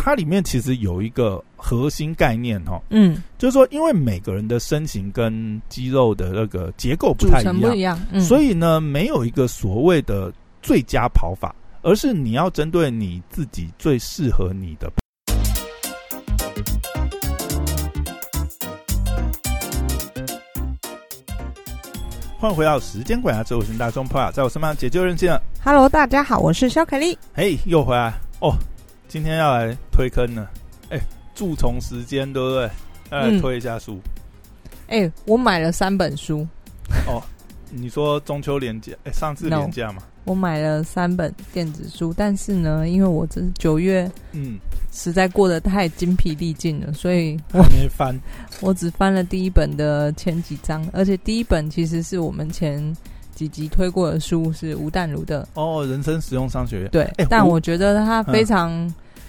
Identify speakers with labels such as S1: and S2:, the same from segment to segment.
S1: 它里面其实有一个核心概念就是说因为每个人的身形跟肌肉的那个结构不太一样，
S2: 组成不一样，
S1: 所以呢没有一个所谓的最佳跑法，而是你要针对你自己最适合你的。欢迎回到时间管家之后，我是大众朋友，在我身旁解救人性了。
S2: Hello， 大家好，我是肖凯丽。
S1: 嘿，又回来哦！今天要来推坑了，蛀虫时间对不对？要来推一下书。
S2: 我买了3本书。
S1: 哦，你说中秋连假？上次连假嘛？
S2: 我买了3本电子书，但是呢，因为我这9月实在过得太精疲力尽了，所以我
S1: 没翻。
S2: 我只翻了第一本的前几章，而且第一本其实是我们前几集推过的书，是吴淡如的
S1: 人生实用商学院。
S2: 对，但我觉得它非常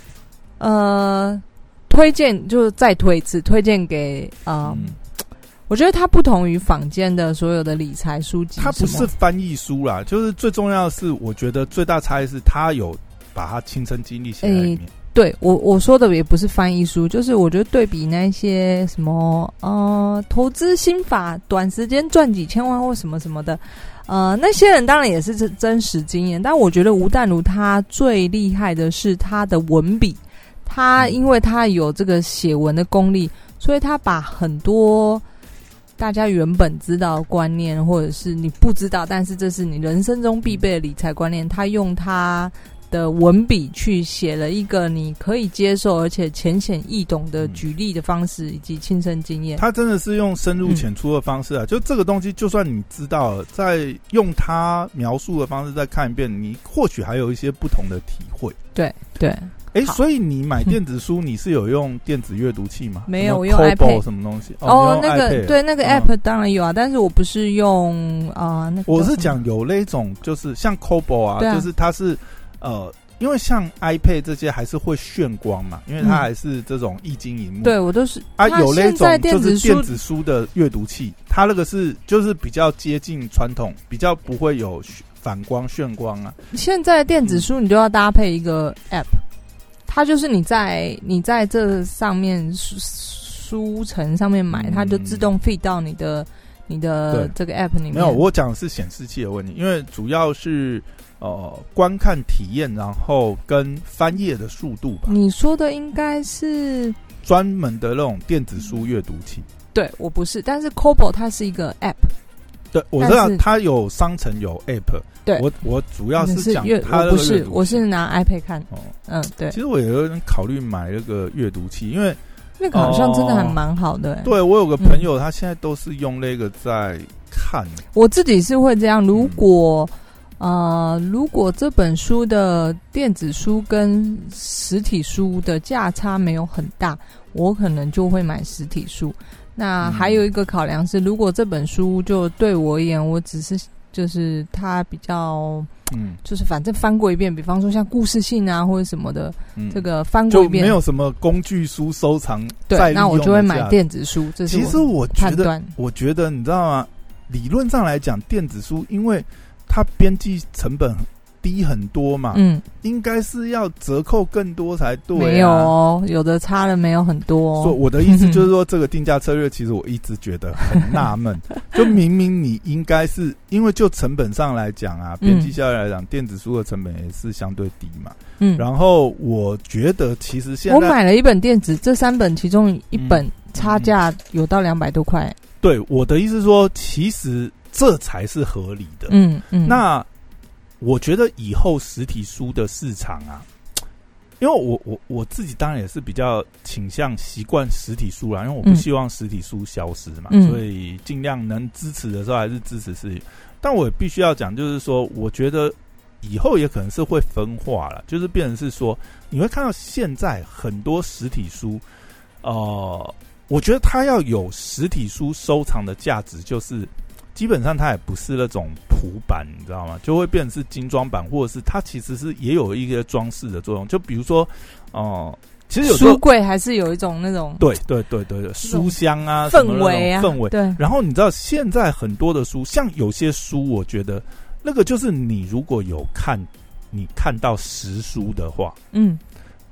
S2: 推荐，就是再推一次，推荐给我觉得它不同于坊间的所有的理财书籍，
S1: 它不是翻译书啦，就是最重要的是，我觉得最大差异是它有把它亲身经历写在里面。
S2: 对，我说的也不是翻译书，就是我觉得对比那些什么投资心法，短时间赚几千万或什么什么的，那些人当然也是真实经验，但我觉得吴淡如他最厉害的是他的文笔，他因为他有这个写文的功力，所以他把很多大家原本知道的观念，或者是你不知道，但是这是你人生中必备的理财观念，他用他的文笔去写了一个你可以接受而且浅显易懂的举例的方式以及亲身经验。
S1: 他真的是用深入浅出的方式就这个东西就算你知道了，再用他描述的方式再看一遍，你或许还有一些不同的体会。
S2: 对对。
S1: 所以你买电子书你是有用电子阅读器吗？
S2: 没有，我用 iPad
S1: 什么东西？
S2: 那个对，那个 App 当然有啊，但是我不是用那个。
S1: 我是讲有那种就是像 Kobo 就是它是因为像 iPad 这些还是会炫光嘛，因为它还是这种液晶萤幕。
S2: 对，我都是
S1: 有那种就是电子书的阅读器，它那个是就是比较接近传统，比较不会有反光炫光啊。
S2: 现在电子书你就要搭配一个 App。它就是你在这上面书城上面买，它就自动 feed 到你的这个 app 里面。
S1: 没有，我讲的是显示器的问题，因为主要是观看体验，然后跟翻页的速度吧。你
S2: 说的应该是
S1: 专门的那种电子书阅读器。
S2: 对，我不是，但是 Kobo 它是一个 app。
S1: 对，我知道它有商城有 app。
S2: 对，
S1: 我主要是讲它
S2: 我不是，我是拿 iPad 看。对。其
S1: 实我也有点考虑买那个阅读器，因为
S2: 那个好像真的还蛮好的。
S1: 对，我有个朋友，他现在都是用那个在看。
S2: 我自己是会这样，如果这本书的电子书跟实体书的价差没有很大，我可能就会买实体书。那还有一个考量是，如果这本书就对我而言，我只是就是它比较就是反正翻过一遍，比方说像故事性啊或者什么的，这个翻过一遍
S1: 就没有什么工具书收藏
S2: 对，那我就会买电子书。这是我判断。
S1: 我觉得你知道吗？理论上来讲，电子书因为它编辑成本低很多嘛，应该是要折扣更多才对。
S2: 没有有的差了没有很多。
S1: 所以我的意思就是说，这个定价策略其实我一直觉得很纳闷。就明明你应该是因为就成本上来讲编辑效益来讲，电子书的成本也是相对低嘛。然后我觉得其实现在
S2: 我买了一本电子，这3本其中一本差价有到200多块。
S1: 对，我的意思是说，其实这才是合理的。那我觉得以后实体书的市场因为我自己当然也是比较倾向习惯实体书啦，因为我不希望实体书消失嘛，所以尽量能支持的时候还是支持实体。但我也必须要讲，就是说，我觉得以后也可能是会分化了，就是变成是说，你会看到现在很多实体书，我觉得它要有实体书收藏的价值，就是基本上它也不是那种普版，你知道吗？就会变成是精装版，或者是它其实是也有一个装饰的作用。就比如说，其实有时候
S2: 书柜还是有一种那种
S1: 对书香啊
S2: 氛围啊
S1: 氛围。
S2: 对，
S1: 然后你知道现在很多的书，像有些书，我觉得那个就是你如果有看，你看到实书的话，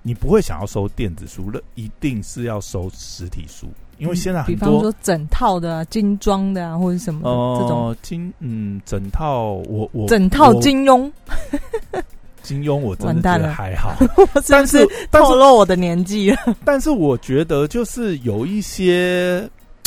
S1: 你不会想要收电子书，一定是要收实体书，因为现在很多，
S2: 比方说整套的啊、精装的啊，或者什么的这种
S1: 整套我
S2: 整套金庸。
S1: 金庸我真的觉得还好，
S2: 但是透露我的年纪了。
S1: 但是我觉得就是有些，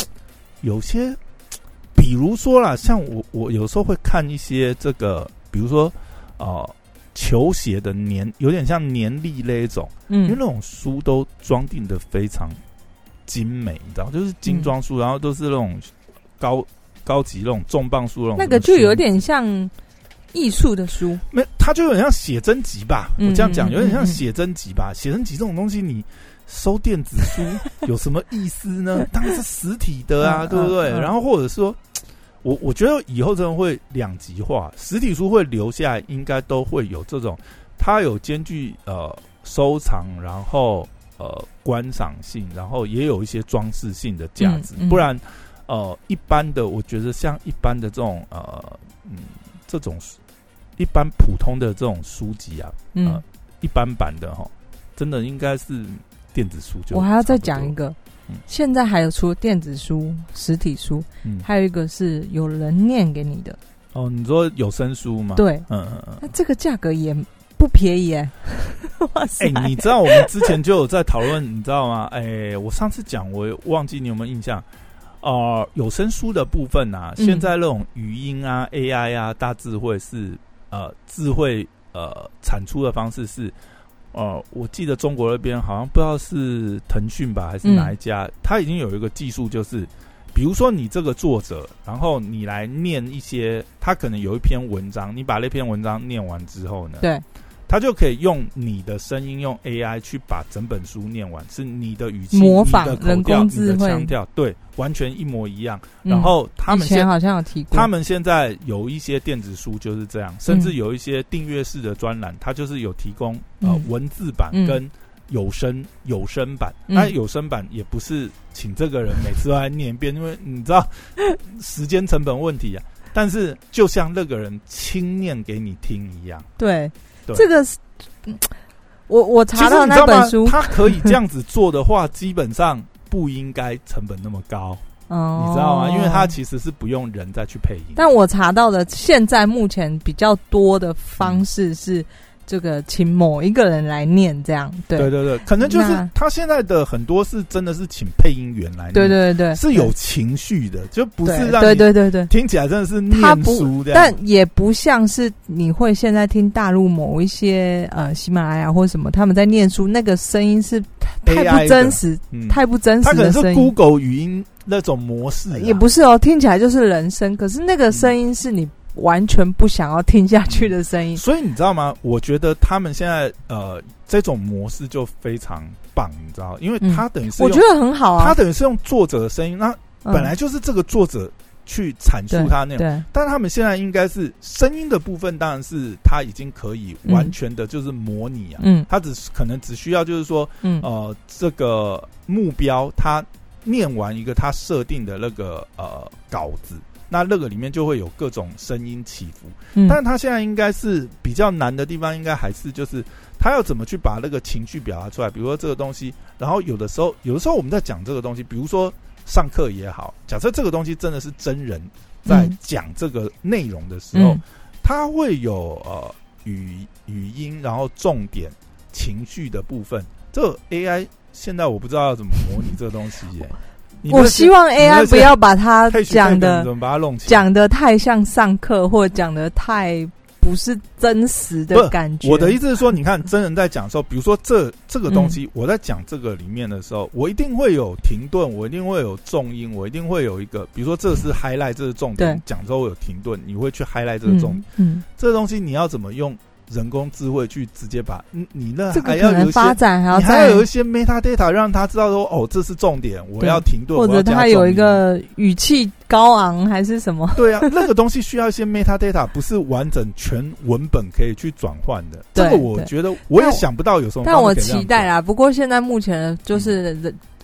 S1: 比如说啦，像我有时候会看一些这个，比如说球鞋的有点像年历那一种，因为那种书都装订的非常精美，你知道，就是精装书，然后都是那种高级那种重磅书那
S2: 个就有点像艺术的书，
S1: 它就有点像写真集吧。我这样讲有点像写真集吧。写真集这种东西，你收电子书有什么意思呢？当然是实体的啊，对不对？然后或者说，我觉得以后真的会两极化，实体书会留下来，应该都会有这种，它有兼具收藏，然后观赏性，然后也有一些装饰性的价值。不然一般的，我觉得像一般的这种这种一般普通的这种书籍啊，一般版的真的应该是电子书就。
S2: 我还要再讲一个，现在还有除了电子书、实体书，还有一个是有人念给你的。
S1: 哦，你说有声书吗？
S2: 对，那这个价格也不便宜耶。哇塞！
S1: 你知道我们之前就有在讨论，你知道吗？我上次讲，我忘记你有没有印象？有声书的部分啊，现在那种语音啊、AI 啊、大智慧是智慧产出的方式是我记得中国那边好像不知道是腾讯吧还是哪一家，他已经有一个技术，就是比如说你这个作者，然后你来念一些，他可能有一篇文章，你把那篇文章念完之后呢，
S2: 对，
S1: 他就可以用你的声音，用 AI 去把整本书念完，是你的语气、
S2: 模仿
S1: 你的口调、
S2: 人工智慧、
S1: 你的腔调，对，完全一模一样。然后他们
S2: 以前好像有提过，
S1: 他们现在有一些电子书就是这样，甚至有一些订阅式的专栏，它就是有提供文字版跟有声版。那有声版也不是请这个人每次都来念一遍，因为你知道时间成本问题啊。但是就像那个人亲念给你听一样，
S2: 对。这个是我查到那本书，
S1: 他可以这样子做的话，基本上不应该成本那么高，你知道吗？因为他其实是不用人再去配音。
S2: 但我查到的现在目前比较多的方式是这个请某一个人来念，这样对，
S1: 可能就是他现在的很多是真的是请配音员来念，对，是有情绪的，就不是让你对听起来真的是念书这样，
S2: 但也不像是你会现在听大陆某一些喜马拉雅或什么他们在念书，那个声音是太不真实，太不真实的声音，
S1: 他可能是 Google 语音那种模式，
S2: 也不是听起来就是人声，可是那个声音是你完全不想要听下去的声音。
S1: 所以你知道吗？我觉得他们现在这种模式就非常棒，你知道，因为他等于是
S2: 我觉得很好啊，
S1: 他等于是用作者的声音，那本来就是这个作者去阐述他内容，但他们现在应该是声音的部分，当然是他已经可以完全的就是模拟啊，他可能只需要就是说这个目标他念完一个他设定的那个稿子，那个里面就会有各种声音起伏，但是他现在应该是比较难的地方，应该还是就是他要怎么去把那个情绪表达出来。比如说这个东西，然后有的时候我们在讲这个东西，比如说上课也好，假设这个东西真的是真人在讲这个内容的时候，他会有语音，然后重点情绪的部分。这个 AI 现在我不知道要怎么模拟这个东西耶。
S2: 我希望 AI 不要把它讲的太像上课，或者讲的太不是真实的感觉。
S1: 我的意思是说，你看真人在讲的时候，比如说这个东西，我在讲这个里面的时候，我一定会有停顿，我一定会有重音，我一定会有一个，比如说这是 highlight， 这是重点，讲之后有停顿，你会去 highlight 这个重点。这个东西你要怎么用人工智慧去直接把你那还要有一些
S2: 发展，
S1: 你还要有一些 metadata 让他知道说这是重点，我要停顿，
S2: 或者他有一个语气高昂还是什么？
S1: 对啊，那个东西需要一些 metadata， 不是完整全文本可以去转换的。这个我觉得我也想不到有什么方法可以这样做。
S2: 但我期待啦。不过现在目前就是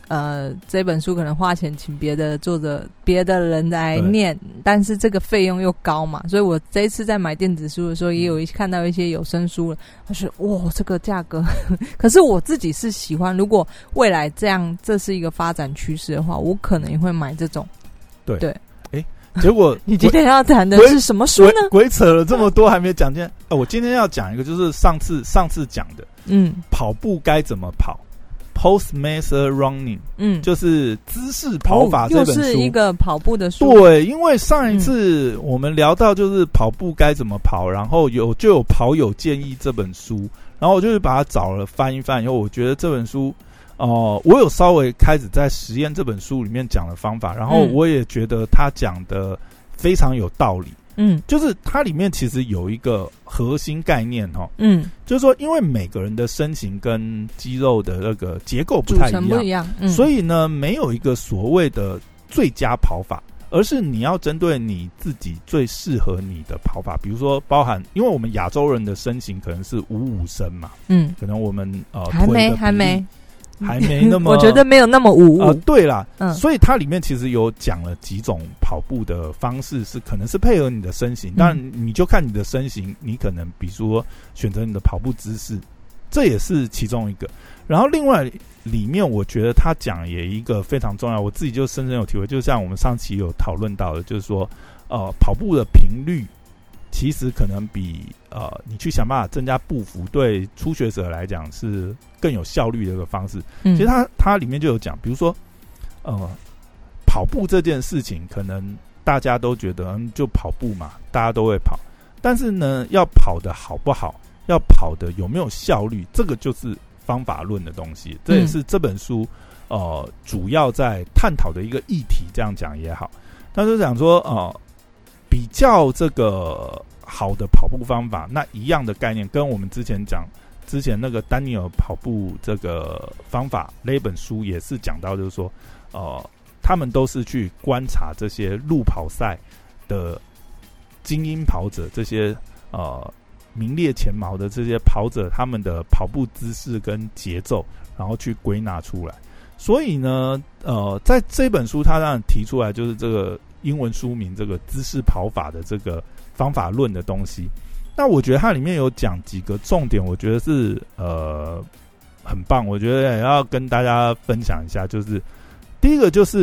S2: 这本书可能花钱请别的作者、别的人来念，但是这个费用又高嘛，所以我这一次在买电子书的时候，也有看到一些有声书了，我觉得哇，这个价格，可是我自己是喜欢，如果未来这是一个发展趋势的话，我可能也会买这种。对。
S1: 结果
S2: 你今天要谈的是什么书呢？
S1: 鬼扯了这么多还没讲见。我今天要讲一个，就是上次讲的，跑步该怎么跑 ，Postmaster Running，就是姿势跑法这本书，
S2: 又是一个跑步的书。
S1: 对，因为上一次我们聊到就是跑步该怎么跑，然后就有跑友建议这本书，然后我就是把它找了翻一翻以后，我觉得这本书。我有稍微开始在实验这本书里面讲的方法，然后我也觉得他讲的非常有道理。就是它里面其实有一个核心概念就是说，因为每个人的身形跟肌肉的那个结构不太一样，所以呢，没有一个所谓的最佳跑法，而是你要针对你自己最适合你的跑法。比如说，包含因为我们亚洲人的身形可能是55身嘛，可能我们
S2: 还没
S1: 那么
S2: 我觉得没有那么
S1: 对啦，所以它里面其实有讲了几种跑步的方式，是可能是配合你的身形，当然你就看你的身形，你可能比如说选择你的跑步姿势，这也是其中一个。然后另外里面我觉得他讲也一个非常重要，我自己就深深有体会，就像我们上期有讨论到的，就是说跑步的频率其实可能比你去想办法增加步幅，对初学者来讲是更有效率的一个方式。其实它里面就有讲，比如说跑步这件事情，可能大家都觉得就跑步嘛，大家都会跑，但是呢，要跑得好不好，要跑得有没有效率，这个就是方法论的东西。这也是这本书主要在探讨的一个议题，这样讲也好。他就讲说比较这个好的跑步方法，那一样的概念跟我们之前那个丹尼尔跑步这个方法那本书也是讲到，就是说他们都是去观察这些路跑赛的精英跑者，这些名列前茅的这些跑者，他们的跑步姿势跟节奏，然后去归纳出来。所以呢在这本书他当然提出来就是这个英文书名这个姿势跑法的这个方法论的东西。那我觉得它里面有讲几个重点，我觉得是很棒，我觉得也要跟大家分享一下。就是第一个就是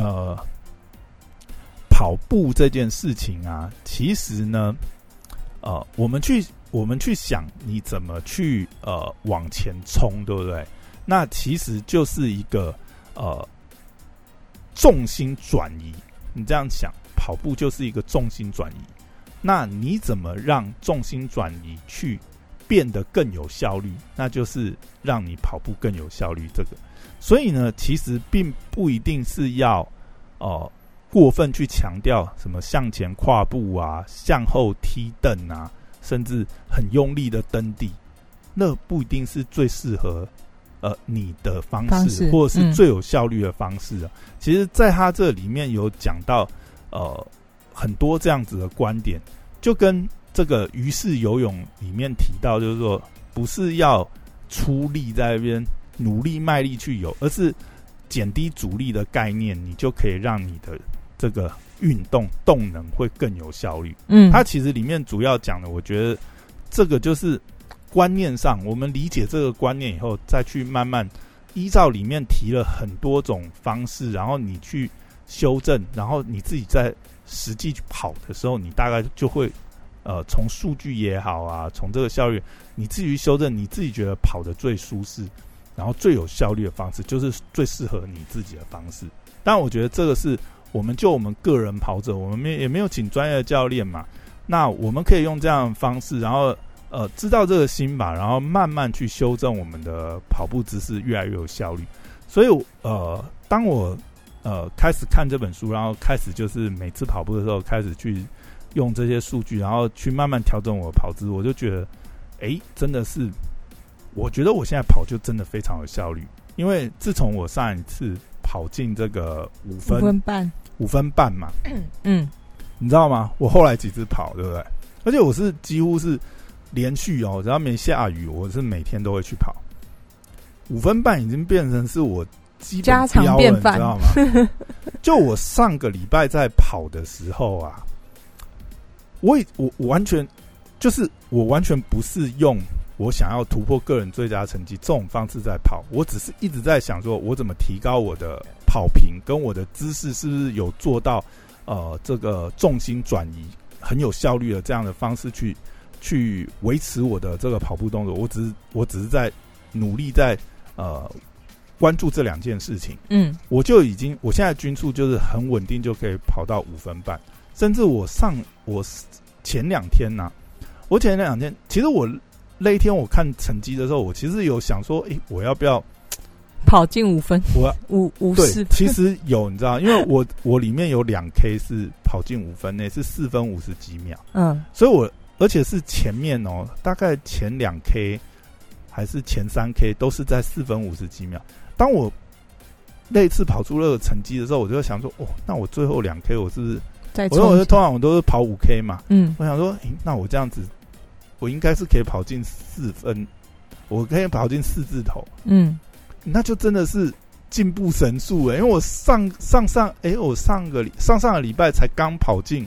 S1: 跑步这件事情啊，其实呢我们去想你怎么去往前冲，对不对？那其实就是一个重心转移。你这样想，跑步就是一个重心转移。那你怎么让重心转移去变得更有效率？那就是让你跑步更有效率。这个，所以呢，其实并不一定是要过分去强调什么向前跨步啊、向后踢蹬啊，甚至很用力的蹬地，那不一定是最适合你的方式，或者是最有效率的方式啊。其实在他这里面有讲到很多这样子的观点，就跟这个鱼式游泳里面提到，就是说不是要出力在那边努力卖力去游，而是减低阻力的概念，你就可以让你的这个运动动能会更有效率。它其实里面主要讲的，我觉得这个就是观念上，我们理解这个观念以后，再去慢慢依照里面提了很多种方式，然后你去修正，然后你自己在实际跑的时候，你大概就会从数据也好啊，从这个效率，你自己去修正，你自己觉得跑得最舒适，然后最有效率的方式，就是最适合你自己的方式。当然我觉得这个是我们个人跑者，我们也没有请专业的教练嘛，那我们可以用这样的方式，然后知道这个心法，然后慢慢去修正我们的跑步姿势，越来越有效率。所以当我开始看这本书，然后开始就是每次跑步的时候开始去用这些数据，然后去慢慢调整我的跑姿，我就觉得真的是，我觉得我现在跑就真的非常有效率。因为自从我上一次跑进这个5分半嘛，你知道吗？我后来几次跑，对不对？而且我是几乎是连续只要没下雨，我是每天都会去跑。5分半已经变成是我基本
S2: 家常便饭，
S1: 你知道吗？就我上个礼拜在跑的时候啊，我完全就是我完全不是用我想要突破个人最佳成绩这种方式在跑，我只是一直在想说，我怎么提高我的跑频跟我的姿势，是不是有做到这个重心转移很有效率的这样的方式去维持我的这个跑步动作。我只是在努力在关注这两件事情。我现在均速就是很稳定，就可以跑到5分半，甚至我前2天啊，其实我那一天我看成绩的时候，我其实有想说，我要不要
S2: 跑进5分？
S1: 对，其实有，你知道，因为我里面有2K 是跑进5分内，是4分50几秒。所以而且是前面大概前2K 还是前3K 都是在4分50几秒。当我那一次跑出那个成绩的时候，我就想说，那我最后2K 我是不是？通常我都是跑5K 嘛。我想说，那我这样子，我应该是可以跑进4分，我可以跑进4字头。那就真的是进步神速因为我上个礼拜才刚跑进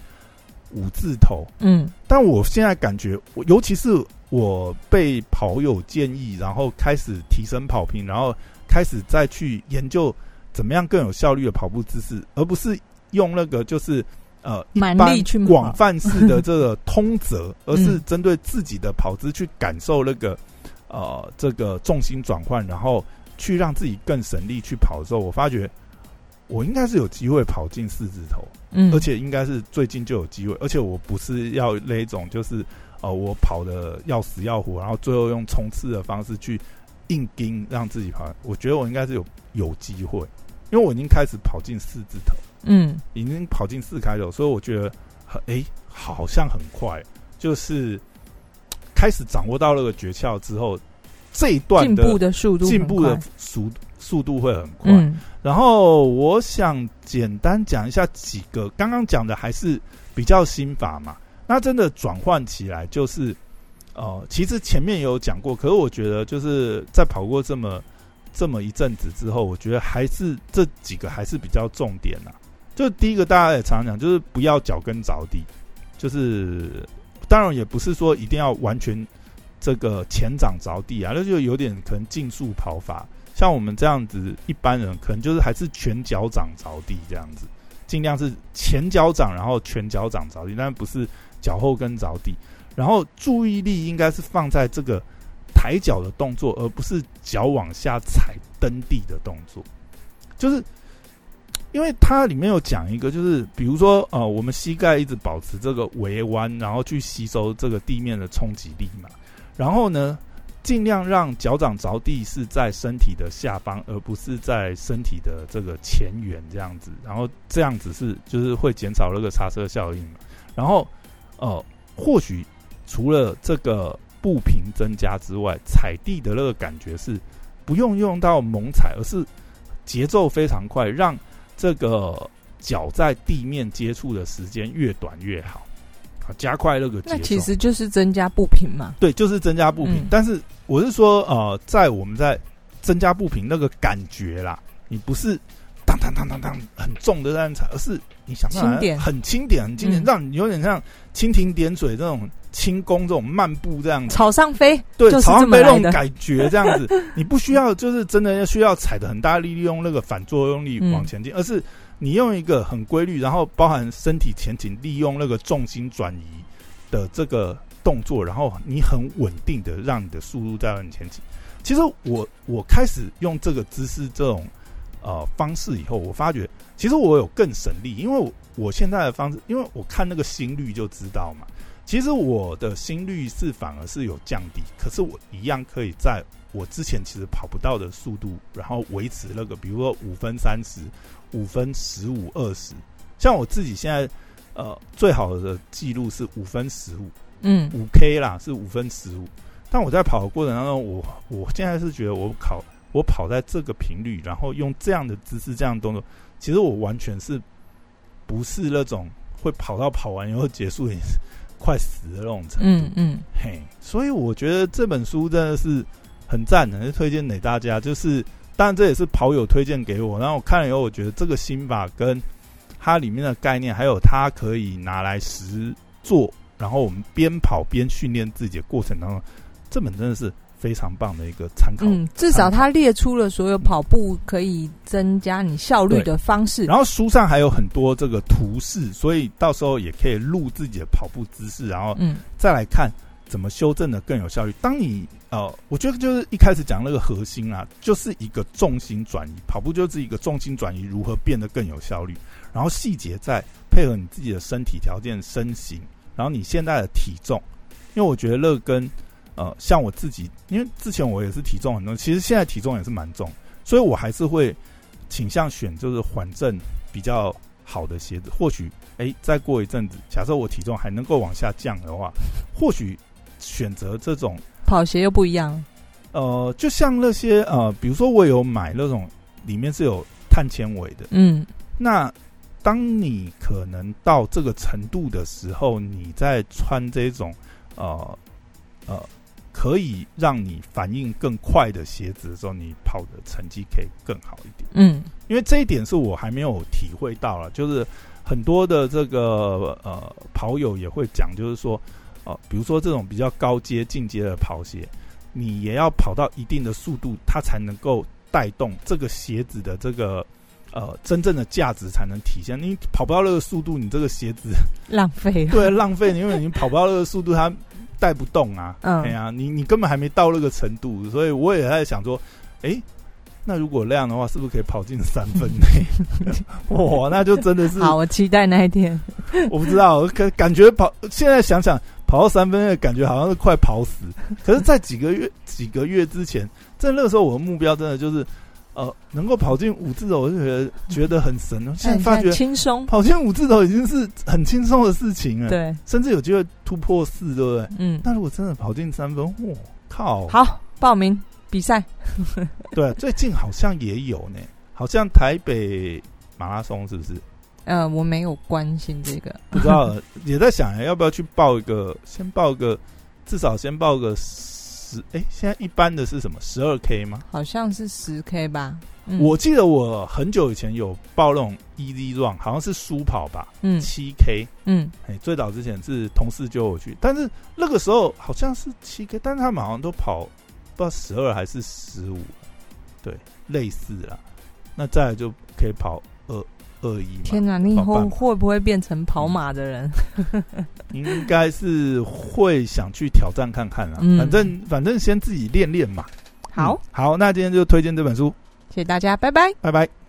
S1: 5字头。但我现在感觉，尤其是我被跑友建议，然后开始提升跑频，然后开始再去研究怎么样更有效率的跑步姿势，而不是用那个就是一般广泛式的这个通则，而是针对自己的跑姿去感受那个这个重心转换，然后去让自己更省力去跑的时候，我发觉我应该是有机会跑进4字头。而且应该是最近就有机会，而且我不是要那种就是我跑的要死要活，然后最后用冲刺的方式去硬盯让自己跑。我觉得我应该是有机会，因为我已经开始跑进4字头，已经跑进4开头，所以我觉得好像很快，就是开始掌握到那个诀窍之后，这一段的进步的速度会很快。然后我想简单讲一下几个，刚刚讲的还是比较心法嘛，那真的转换起来就是其实前面也有讲过，可是我觉得就是在跑过这么一阵子之后，我觉得还是这几个还是比较重点啦。就第一个大家也常常讲，就是不要脚跟着地，就是当然也不是说一定要完全这个前掌着地啊，那就有点可能竞速跑法。像我们这样子一般人可能就是还是全脚掌着地这样子，尽量是前脚掌然后全脚掌着地，但不是脚后跟着地。然后注意力应该是放在这个抬脚的动作，而不是脚往下踩蹬地的动作。就是因为它里面有讲一个，就是比如说我们膝盖一直保持这个微弯，然后去吸收这个地面的冲击力嘛。然后呢，尽量让脚掌着地是在身体的下方，而不是在身体的这个前缘这样子。然后这样子就是会减少那个刹车效应嘛。然后或许除了这个步频增加之外，踩地的那个感觉是不用到猛踩，而是节奏非常快，让这个脚在地面接触的时间越短越好。加快那个节奏，
S2: 那其实就是增加步频嘛。
S1: 对，就是增加步频。但是我是说，在我们在增加步频那个感觉啦，你不是当当当当当很重的在那踩，而是你想办法很轻点，让你有点像蜻蜓点水这种轻功，这种漫步这样子，
S2: 草上飞，
S1: 对，
S2: 就是
S1: 草上飞那种感觉这样子。你不需要就是真的需要踩的很大力，利用那个反作用力往前进，而是你用一个很规律，然后包含身体前倾，利用那个重心转移的这个动作，然后你很稳定的让你的速度在往前倾。其实我开始用这个姿势这种方式以后，我发觉其实我有更省力，因为我现在的方式，因为我看那个心率就知道嘛。其实我的心率是反而是有降低，可是我一样可以在我之前其实跑不到的速度，然后维持那个，比如说5分30、5分15、20。像我自己现在最好的记录是5分15，5K 啦是5分15。但我在跑的过程当中，我现在是觉得我跑在这个频率，然后用这样的姿势、这样的动作，其实我完全是不是那种会跑完以后结束也是快死的那种程度。所以我觉得这本书真的是很赞的，推荐给大家。就是当然这也是跑友推荐给我，然后我看了以后，我觉得这个心法跟它里面的概念，还有它可以拿来实做，然后我们边跑边训练自己的过程当中，这本真的是非常棒的一个参考。
S2: 至少它列出了所有跑步可以增加你效率的方式。
S1: 然后书上还有很多这个图示，所以到时候也可以录自己的跑步姿势，然后再来看怎么修正的更有效率。当你我觉得就是一开始讲那个核心啊，就是一个重心转移，跑步就是一个重心转移，如何变得更有效率，然后细节再配合你自己的身体条件、身形，然后你现在的体重，因为我觉得那跟像我自己，因为之前我也是体重很重，其实现在体重也是蛮重，所以我还是会倾向选就是缓震比较好的鞋子。或许再过一阵子，假设我体重还能够往下降的话，或许选择这种
S2: 跑鞋又不一样。
S1: 就像那些比如说我有买那种里面是有碳纤维的，那当你可能到这个程度的时候，你在穿这种可以让你反应更快的鞋子的时候，你跑的成绩可以更好一点。因为这一点是我还没有体会到了，就是很多的这个跑友也会讲，就是说比如说这种比较高阶进阶的跑鞋，你也要跑到一定的速度，它才能够带动这个鞋子的这个真正的价值才能体现。你跑不到那个速度，你这个鞋子
S2: 浪费。
S1: 对，浪费，因为你跑不到那个速度，它带不动啊。你根本还没到那个程度，所以我也在想说，那如果那样的话，是不是可以跑进3分内？哇，那就真的是
S2: 好，我期待那一天。
S1: 我不知道，感觉现在想想跑到3分内，感觉好像是快跑死。可是，在几个月之前，在那个时候，我的目标真的就是能够跑进5字头，我就觉得很神了。现在发觉
S2: 轻松，
S1: 跑进5字头已经是很轻松的事情了。
S2: 对，
S1: 甚至有机会突破4，对不对？那如果真的跑进3分，哇靠！
S2: 好，报名比赛。
S1: 对，最近好像也有呢，好像台北马拉松是不是？
S2: 我没有关心这个，
S1: 不知道，也在想要不要去报一个，至少先报个10。现在一般的是什么12K 吗？
S2: 好像是10K 吧。
S1: 我记得我很久以前有报那种 Easy Run， 好像是舒跑吧，7K。最早之前是同事揪我去，但是那个时候好像是7K， 但是他们好像都跑不知道12还是15，对，类似啦。那再来就可以跑21嘛。
S2: 天哪，你以后会不会变成跑马的人？
S1: 应该是会想去挑战看看啦。反正先自己练练嘛。
S2: 好，
S1: 好，那今天就推荐这本书，
S2: 谢谢大家，拜拜，
S1: 拜拜。